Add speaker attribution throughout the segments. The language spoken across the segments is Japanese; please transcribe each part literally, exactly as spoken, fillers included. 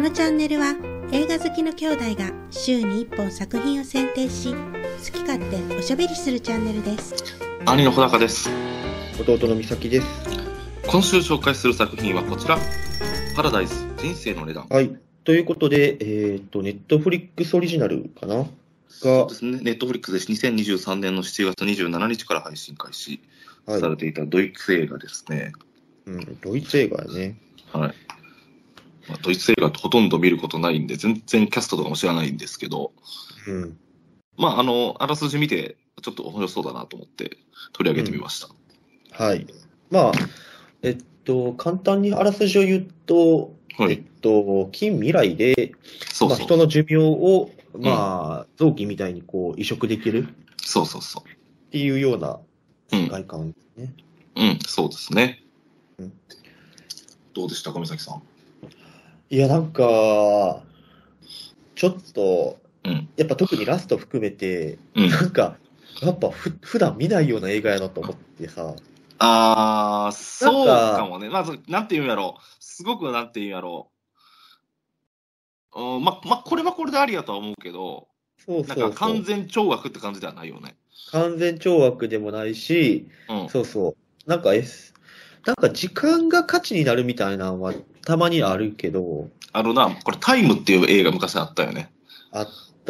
Speaker 1: このチャンネルは映画好きの兄弟が週にいっぽん作品を選定し、好き勝手おしゃべりするチャンネルです。
Speaker 2: 兄の穂高です。
Speaker 3: 弟の美咲です。
Speaker 2: 今週紹介する作品はこちら、パラダイス人生の値段。
Speaker 3: はい。ということで、えっと、ネットフリックスオリジナルかなが、
Speaker 2: そうですね、ネットフリックスでにせんにじゅうさんねんのしちがつにじゅうしちにちから配信開始されていたドイツ映画ですね。
Speaker 3: はい、うん、ドイツ映画やね。
Speaker 2: はい。まあ、ドイツ映画ってほとんど見ることないんで、全然キャストとかも知らないんですけど、
Speaker 3: うん、
Speaker 2: まあ、あの、あらすじ見て、ちょっと面白そうだなと思って取り上げてみました。
Speaker 3: うん、はい。まあ、えっと、簡単にあらすじを言うと、はい、えっと、近未来で、そうそう、まあ、人の寿命を、まあ、うん、臓器みたいにこう移植できる。
Speaker 2: そうそうそう。
Speaker 3: っていうような世界観ですね。
Speaker 2: うん、うん、そうですね。うん、どうでしたか、美咲さん。
Speaker 3: いや、なんか、ちょっと、うん、やっぱ特にラスト含めて、うん、なんか、やっぱふ普段見ないような映画やなと思ってさ。
Speaker 2: あー、そうかもね。まず、なんていうんやろう。すごくなんていうんやろう。うん、ま、ま、これはこれでありやとは思うけど、そうそうそう、なんか完全懲悪って感じではないよね。
Speaker 3: 完全懲悪でもないし、うん、そうそう。なんか、S、なんか時間が価値になるみたいなのはたまにあるけど。
Speaker 2: あるな、これタイムっていう映画昔あったよね。
Speaker 3: あった。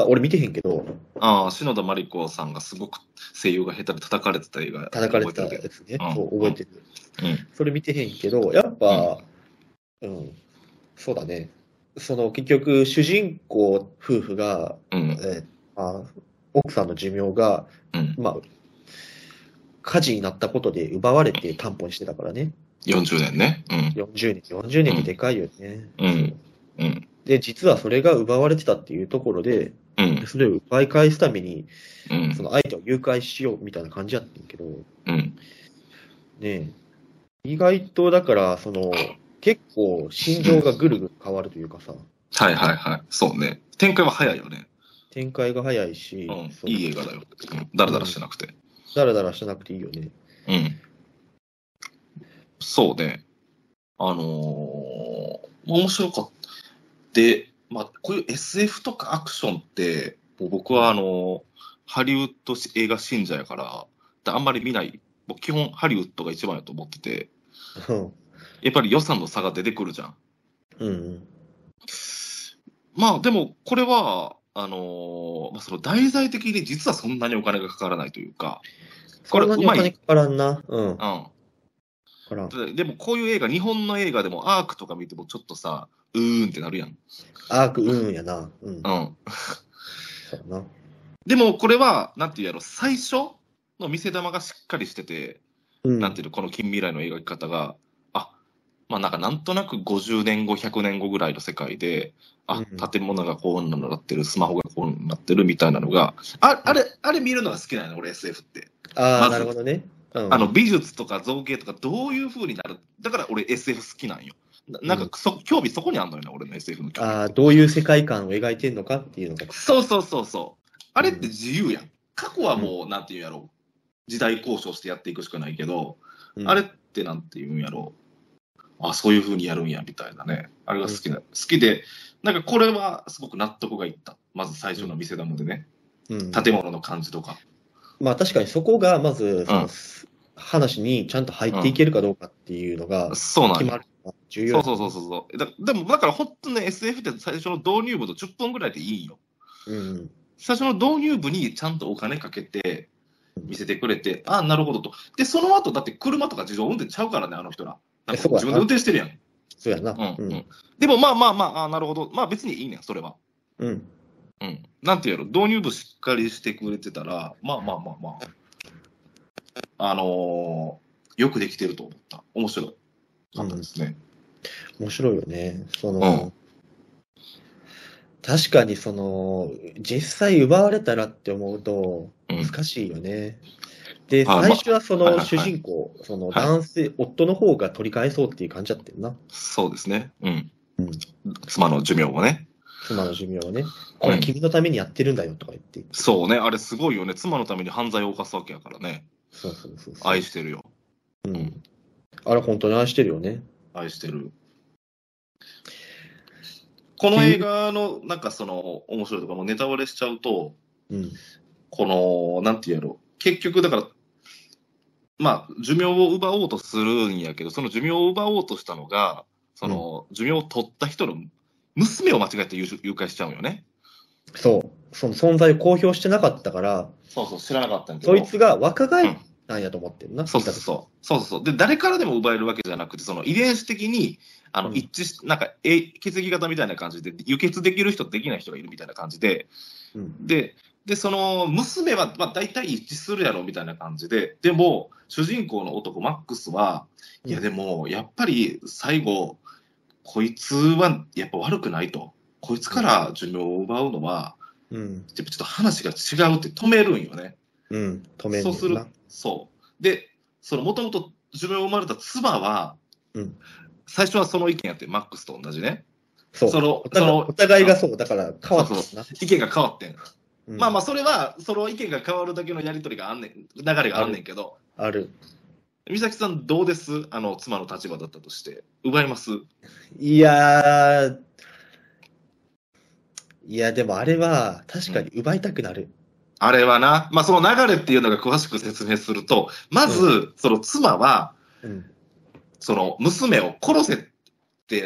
Speaker 3: 俺見てへんけど。
Speaker 2: ああ、篠田麻里子さんがすごく声優が下手で叩かれてた映画。
Speaker 3: 叩かれてたやつね。うん、そう、覚えてる、
Speaker 2: うん。
Speaker 3: それ見てへんけど、やっぱ、うん、うん、そうだね。その結局、主人公夫婦が、うん、えーまあ、奥さんの寿命が、うん、まあ、火事になったことで奪われて担保にしてたからね。
Speaker 2: よんじゅうねんね。
Speaker 3: うん、よんじゅうねん、よんじゅうねんってでかいよね。
Speaker 2: うん。うん。
Speaker 3: で、実はそれが奪われてたっていうところで、うん、それを奪い返すために、うん、その相手を誘拐しようみたいな感じやったんけど、うん、ね意外とだから、その、結構心情がぐるぐる変わるというかさ。
Speaker 2: はいはいはい。そうね。展開は早いよね。
Speaker 3: 展開が早いし、
Speaker 2: うん、いい映画だよ。うん、だらだらしてなくて。
Speaker 3: だらだらしてなくていいよね。
Speaker 2: うん。そうね。あのー、面白かった。で、まあ、こういう エスエフ とかアクションって、僕はあのー、ハリウッド映画信者やから、あんまり見ない。僕基本ハリウッドが一番やと思ってて、うん、やっぱり予算の差が出てくるじゃん。うん。まあでも、これは、あのー、まあ、その題材的に実はそんなにお金がかからないというか、
Speaker 3: これうまい。そんなにお金かからんな。うん。うん。
Speaker 2: からでもこういう映画、日本の映画でもアークとか見てもちょっとさ、うーんってなるやん。
Speaker 3: アーク、うーんやな。うん。うん。
Speaker 2: そうな。でもこれは、なんていうやろ、最初の見せ玉がしっかりしてて、うん、なんていうの、この近未来の描き方が、あ、まあなんかなんとなくごじゅうねんご、ひゃくねんごぐらいの世界で、あ、建物がこうなってる、スマホがこうなってるみたいなのが、あ、あれ、あれ見るのが好きなの、俺 エスエフ って。
Speaker 3: ああ、なるほどね。
Speaker 2: うん、あの美術とか造形とかどういう風になる。だから俺 エスエフ 好きなんよ。な, なんかそ、うん、興味そこにあんのよね、俺の エスエフ の興味。
Speaker 3: ああ、どういう世界観を描いてんのかっていうのが。
Speaker 2: そうそうそうそう。あれって自由やん。うん、過去はもう、うん、なんていうんやろう。時代交渉してやっていくしかないけど、うん、あれってなんていうんやろう。あ、そういう風にやるんや、みたいなね。あれが好きな、うん、好きで、なんかこれはすごく納得がいった。まず最初の見せ玉でね。うん、建物の感じとか。
Speaker 3: まあ確かにそこがまずその、うん、話にちゃんと入っていけるかどうかっていうのが決まる、
Speaker 2: うん、重要、そうそうそうそうだ。でもだから本当ね エスエフ って最初の導入部とじゅっぷんぐらいでいいんよ。うん、最初の導入部にちゃんとお金かけて見せてくれて、ああなるほどと。でその後だって車とか自動運転ちゃうからね、あの人ら。自分で運転してるやん。
Speaker 3: そうやな。
Speaker 2: うんうん。でもまあまあまあ、あなるほど。まあ別にいいねん、それは。うん。うん。なんていうの、導入部しっかりしてくれてたら、まあまあまあまあ、あのー、よくできてると思った。面白かったですね。
Speaker 3: うん、面白いよね。その、うん、確かにその、実際奪われたらって思うと難しいよね。うん、で、最初はその主人公、その男性、はい、夫の方が取り返そうっていう感じだったよな。
Speaker 2: そうですね。うん。うん、妻の寿命をね。
Speaker 3: 妻の寿命をね。これ君のためにやってるんだよとか言って、うん。
Speaker 2: そうね。あれすごいよね。妻のために犯罪を犯すわけやからね。
Speaker 3: そうそうそうそう。
Speaker 2: 愛してるよ。
Speaker 3: うん。あれ本当に愛してるよね。
Speaker 2: 愛してる。 この映画の、なんかその、面白いとかもネタバレしちゃうと、
Speaker 3: うん、
Speaker 2: この、なんていうやろ、結局だから、まあ、寿命を奪おうとするんやけど、その寿命を奪おうとしたのが、その、うん、寿命を取った人の娘を間違えて誘拐しちゃうよね。
Speaker 3: そう。その存在を公表してなかったから、
Speaker 2: そうそう、知らなかったんだけど。
Speaker 3: そいつが若返ったんやと思ってるな。うん、
Speaker 2: そうそうそう。そうそう。で、誰からでも奪えるわけじゃなくて、その遺伝子的に、あの、一致し、うん、なんか、え、血液型みたいな感じで、輸血できる人とできない人がいるみたいな感じで、うん、で、で、その、娘は、まあ、大体一致するやろみたいな感じで、でも、主人公の男、マックスは、いや、でも、やっぱり、最後、こいつは、やっぱ悪くないと。こいつから寿命を奪うのは、うん、ちょっと話が違うって止めるんよね。
Speaker 3: うん、止めるんだ。
Speaker 2: そうする。そう。で、その、もともと寿命を生まれた妻は、うん、最初はその意見やって、マックスと同じね。
Speaker 3: そう。その、そのお互いがそう、だから変わったな。
Speaker 2: そうそう意見が変わってん。うん、まあまあ、それは、その意見が変わるだけのやりとりがあんねん、流れがあんねんけど。
Speaker 3: ある。
Speaker 2: 美咲さん、どうですあの、妻の立場だったとして。奪います？
Speaker 3: いやー、いや、でもあれは、確かに奪いたくなる。うん、
Speaker 2: あれはな、まあ、その流れっていうのが詳しく説明すると、まず、うん、その妻は、うん、その娘を殺せって、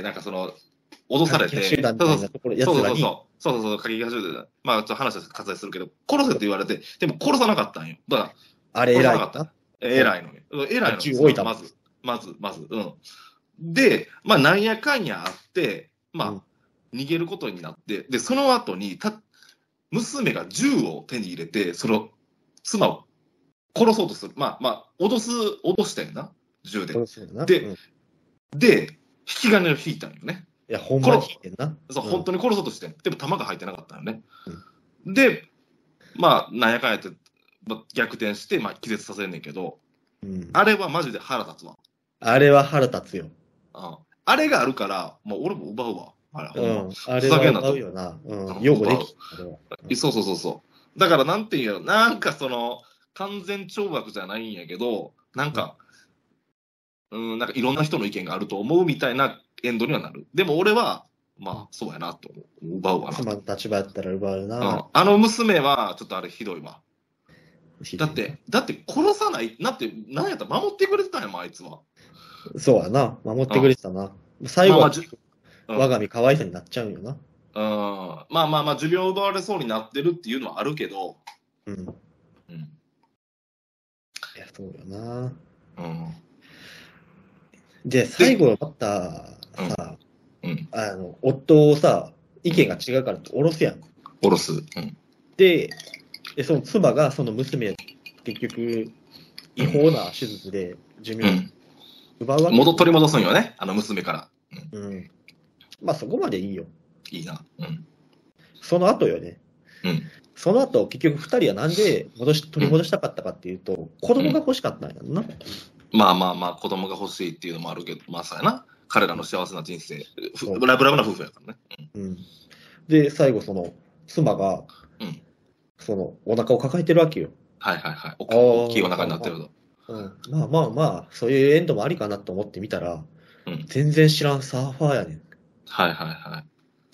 Speaker 2: なんかその、脅されて、そうそうそう、そうそうそう、過激派集団、まあ、ちょっと話は割愛するけど、殺せって言われて、でも殺さなかったんよ。だから、
Speaker 3: あれ偉い
Speaker 2: なかった。偉いのに。偉いのに。まず、まず、まず、うん。で、まあ、なんやかんやあって、まあ、うん、逃げることになって、で、その後に、た、娘が銃を手に入れて、その、妻を殺そうとする。まあ、まあ、脅す、脅したよな、銃で。で、うん、で、引き金を引いたんよね。
Speaker 3: いや、ほんまに引いてんな。
Speaker 2: そう、うん、本当に殺そうとしてん。でも弾が入ってなかったよね。うん、で、まあ、なんやかんやって、逆転して、まあ、気絶させんねんけど、うん、あれはマジで腹立つわ。
Speaker 3: あれは腹立つよ。
Speaker 2: あ, あれがあるから、もう俺も奪うわ。
Speaker 3: あれ、うん、あれは奪うよな。うん、擁護できた。
Speaker 2: うん、そうそうそうそう。だからなんていうの、なんかその、完全懲悪じゃないんやけど、なんか、うん、うん、なんかいろんな人の意見があると思うみたいなエンドにはなる。でも俺は、まあ、そうやなと思う。奪うわな。
Speaker 3: 妻の立場やったら奪うな、
Speaker 2: うん。あの娘は、ちょっとあれひどいわ。だって、だって殺さない、だって、なんやったら守ってくれてたんやもん、あいつは。
Speaker 3: そうやな、守ってくれてたな。うん、最後は、まあまあ、我が身かわいさになっちゃうんよな。
Speaker 2: うん。まあまあまあ、寿命を奪われそうになってるっていうのはあるけど。うん。うん。
Speaker 3: いや、そうよな。うん。で、最後また、さ、うん、あの、夫をさ、意見が違うからって下ろすやん。
Speaker 2: 下ろす。うん。
Speaker 3: で、でその妻がその娘、結局、違法な手術で寿命を奪うわけ、うん、
Speaker 2: 戻取り戻すんよね、あの娘から。
Speaker 3: うん。うん、まあそこまでいいよ。
Speaker 2: いいな。うん。
Speaker 3: その後よね。うん。その後、結局二人はなんで戻し取り戻したかったかっていうと、うん、子供が欲しかったんやんな。うん、
Speaker 2: まあまあまあ、子供が欲しいっていうのもあるけど、まあそうやな。彼らの幸せな人生。ラブラブな夫婦やからね。
Speaker 3: うん。うん、で、最後、その、妻が、うん、その、お腹を抱えてるわけよ。
Speaker 2: はいはいはい。大きいお腹になってると。
Speaker 3: うん。まあまあまあ、そういうエンドもありかなと思ってみたら、うん、全然知らんサーファーやねん。
Speaker 2: はいはいはい。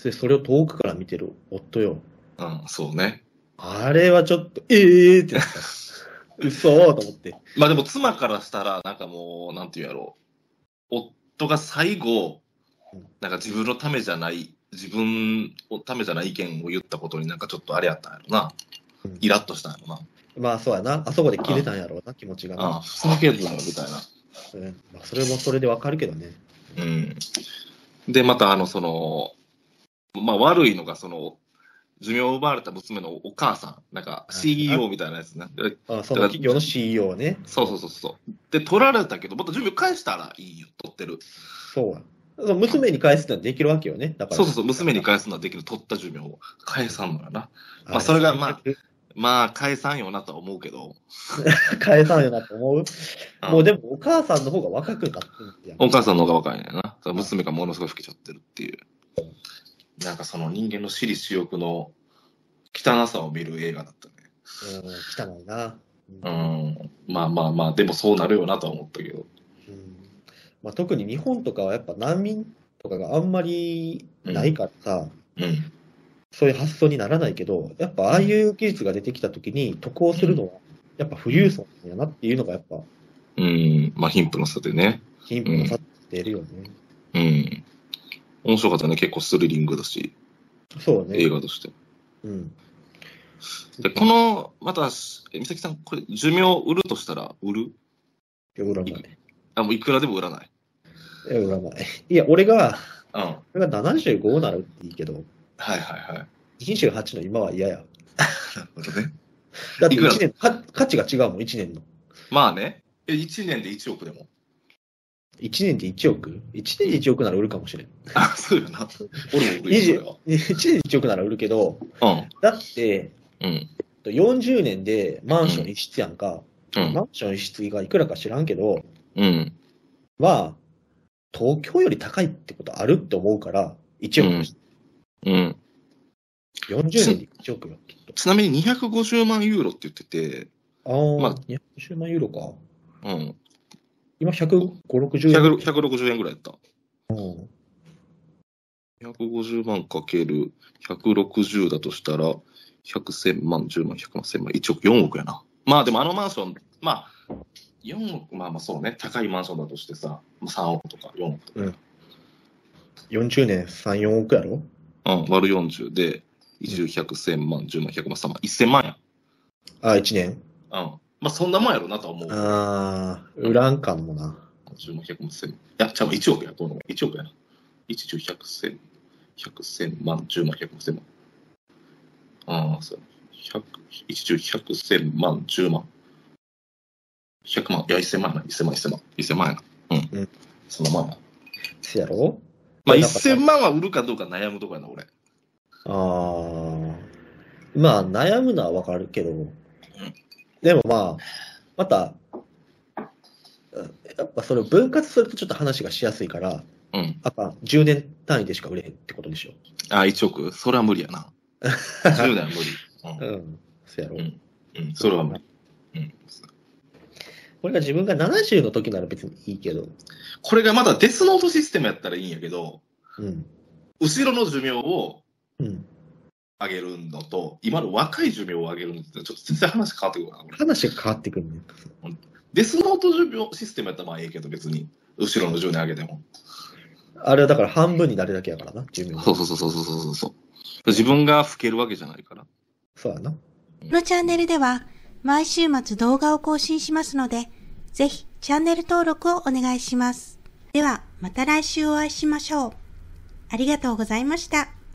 Speaker 3: で、それを遠くから見てる夫よ。
Speaker 2: うん、そうね。
Speaker 3: あれはちょっと、ええーってなった。嘘ーと思って。
Speaker 2: まあでも妻からしたら、なんかもう、なんていうやろう。夫が最後、なんか自分のためじゃない、自分のためじゃない意見を言ったことになんかちょっとあれやったんやろな。うん、イラッとしたんやろな。
Speaker 3: まあそうやな。あそこで切れたんやろうな、気持ちがな。
Speaker 2: ああ、ふざけんなよ、みたいな。
Speaker 3: うん。まあそれもそれでわかるけどね。
Speaker 2: うん。で、またあの、その、まあ悪いのが、その、寿命を奪われた娘のお母さん、なんか シーイーオー みたいなやつね。
Speaker 3: ああ、その企業の シーイーオー ね。
Speaker 2: そうそうそうそう。で、取られたけど、また寿命返したらいいよ、取ってる。
Speaker 3: そうや。娘に返すのはできるわけよね。だから
Speaker 2: そうそうそう、娘に返すのはできる、取った寿命を返さんのよな。まあ、それがまあ、まあ、返さんよなとは思うけど。
Speaker 3: 返さんよなと思う、うん、もうでも、お母さんの方が若くなってるってやん。
Speaker 2: お母さんの方が若いねんな。娘がものすごい老けちゃってるっていう。なんかその人間の私利私欲の汚さを見る映画だったね。
Speaker 3: うん、汚いな。
Speaker 2: うん。まあまあまあ、でもそうなるよなとは思ったけど。
Speaker 3: うん、まあ、特に日本とかはやっぱ難民とかがあんまりないからさ、
Speaker 2: うん。
Speaker 3: そういう発想にならないけど、やっぱああいう技術が出てきたときに渡航するのは、やっぱ富裕層やなっていうのがやっぱ、
Speaker 2: うん。まあ、貧富の差でね。
Speaker 3: 貧富の差って出るよね。
Speaker 2: うん。面白かったね。結構スリリングだし。
Speaker 3: そうね。
Speaker 2: 映画として。
Speaker 3: うん。
Speaker 2: で、この、また、美咲さん、これ、寿命売るとしたら、売る？
Speaker 3: いや、売らない。
Speaker 2: あ、もういくらでも売らない。
Speaker 3: いや、売らない。いや、俺が、
Speaker 2: うん。
Speaker 3: 俺がななじゅうごなら売っていいけど、
Speaker 2: はいはいはい。
Speaker 3: にじゅうはちの今は嫌や。
Speaker 2: なるほどね。
Speaker 3: だっていちねん、か価値が違うもん、いちねんの。
Speaker 2: まあね。え、いちねんでいちおくでも。
Speaker 3: いちねんでいちおく ?いち 年でいちおくなら売るかもしれん。
Speaker 2: あ、そうよな。俺も売るよ。
Speaker 3: いちねんでいちおくなら売るけど、
Speaker 2: うん。
Speaker 3: だって、
Speaker 2: うん。
Speaker 3: よんじゅうねんでマンション一室やんか。
Speaker 2: うん。
Speaker 3: マンション一室がいくらか知らんけど、
Speaker 2: うん。
Speaker 3: まあ、東京より高いってことあるって思うから、いちおくです。
Speaker 2: うん。うん、
Speaker 3: よんじゅうねんでいちおくよ、きっと。
Speaker 2: ちなみににひゃくごじゅうまんユーロって言ってて、
Speaker 3: ああ、まあ、にひゃくごじゅうまんユーロか。
Speaker 2: うん。
Speaker 3: 今ひゃくごじゅう、ろくじゅうえん。
Speaker 2: ひゃくろくじゅうえんぐらいやった。
Speaker 3: うん。
Speaker 2: ひゃくごじゅうまんかけるひゃくろくじゅうだとしたら、ひゃく、せんまん、じゅうまん、ひゃくまん、せんまん、いちおく、よんおくやな。まあでもあのマンション、まあ、よんおく、まあまあそうね、高いマンションだとしてさ、さんおくとかよんおくとか。うん。
Speaker 3: よんじゅうねんさん、よんおくやろ？
Speaker 2: うん、割るよんじゅうで、いち、ひゃく、せんまん、じゅうまん、ひゃくまん、さんまん、せんまんや。
Speaker 3: ああ、いちねん？うん。
Speaker 2: まあそんなもんやろなとは思う。
Speaker 3: ああ、売らんかもな。
Speaker 2: じゅうまん、ひゃくまん、せんまん。いや、ちゃう、いちおくや、どうも。いちおくやな。いち、じゅう、ひゃく、せん、ひゃく、せんまん、じゅうまん、ひゃくまん、せんまん。ああ、そう。ひゃく、いち、じゅう、ひゃく、せんまん、じゅうまん。ひゃくまん、いや、せんまんやな。せんまん、せんまん。せんまんやな。うん。うん、そんなもんやな。
Speaker 3: せやろ？
Speaker 2: まあ、せんまんは売るかどうか悩むとこやな、俺。
Speaker 3: ああ。まあ、悩むのはわかるけど、うん、でもまあ、また、やっぱそれを分割するとちょっと話がしやすいから、うん。やっぱじゅうねん単位でしか売れへんってことでしょ。
Speaker 2: ああ、いちおく？それは無理やな。じゅうねんは無理。うん。うん。
Speaker 3: そうやろ。うん。
Speaker 2: うん。それは無理。うん。
Speaker 3: これが自分がななじゅうの時なら別にいいけど。
Speaker 2: これがまだデスノートシステムやったらいいんやけど、
Speaker 3: うん。後
Speaker 2: ろの寿命を、
Speaker 3: うん。
Speaker 2: 上げるのと、今の若い寿命を上げるのって、ちょっと全然話変わってくるな。
Speaker 3: 話が変わってくるね。
Speaker 2: デスノート寿命システムやったらまあいいけど、別に。後ろのじゅうねん上げても。
Speaker 3: あれはだから半分になるだけやからな、寿命。
Speaker 2: そうそうそうそうそうそう。自分が老けるわけじゃないから。
Speaker 3: そうやな。
Speaker 1: このチャンネルでは、毎週末動画を更新しますので、ぜひチャンネル登録をお願いします。では、また来週お会いしましょう。ありがとうございました。